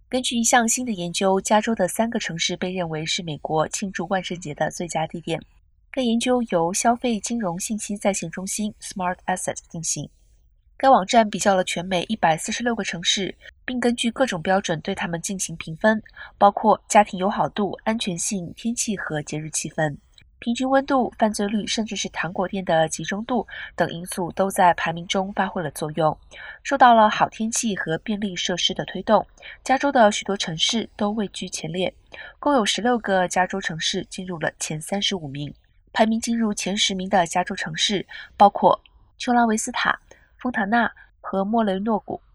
根据一项新的研究，加州的3个城市被认为是美国庆祝万圣节的最佳地点。该研究由消费金融信息在线中心 Smart Asset 进行。该网站比较了全美146个城市，并根据各种标准对它们进行评分，包括家庭友好度、安全性、天气和节日气氛。平均温度、犯罪率，甚至是糖果店的集中度等因素都在排名中发挥了作用。受到了好天气和便利设施的推动，加州的许多城市都位居前列，共有16个加州城市进入了前35名。排名进入前10名的加州城市包括丘拉维斯塔、丰塔纳和莫雷诺谷。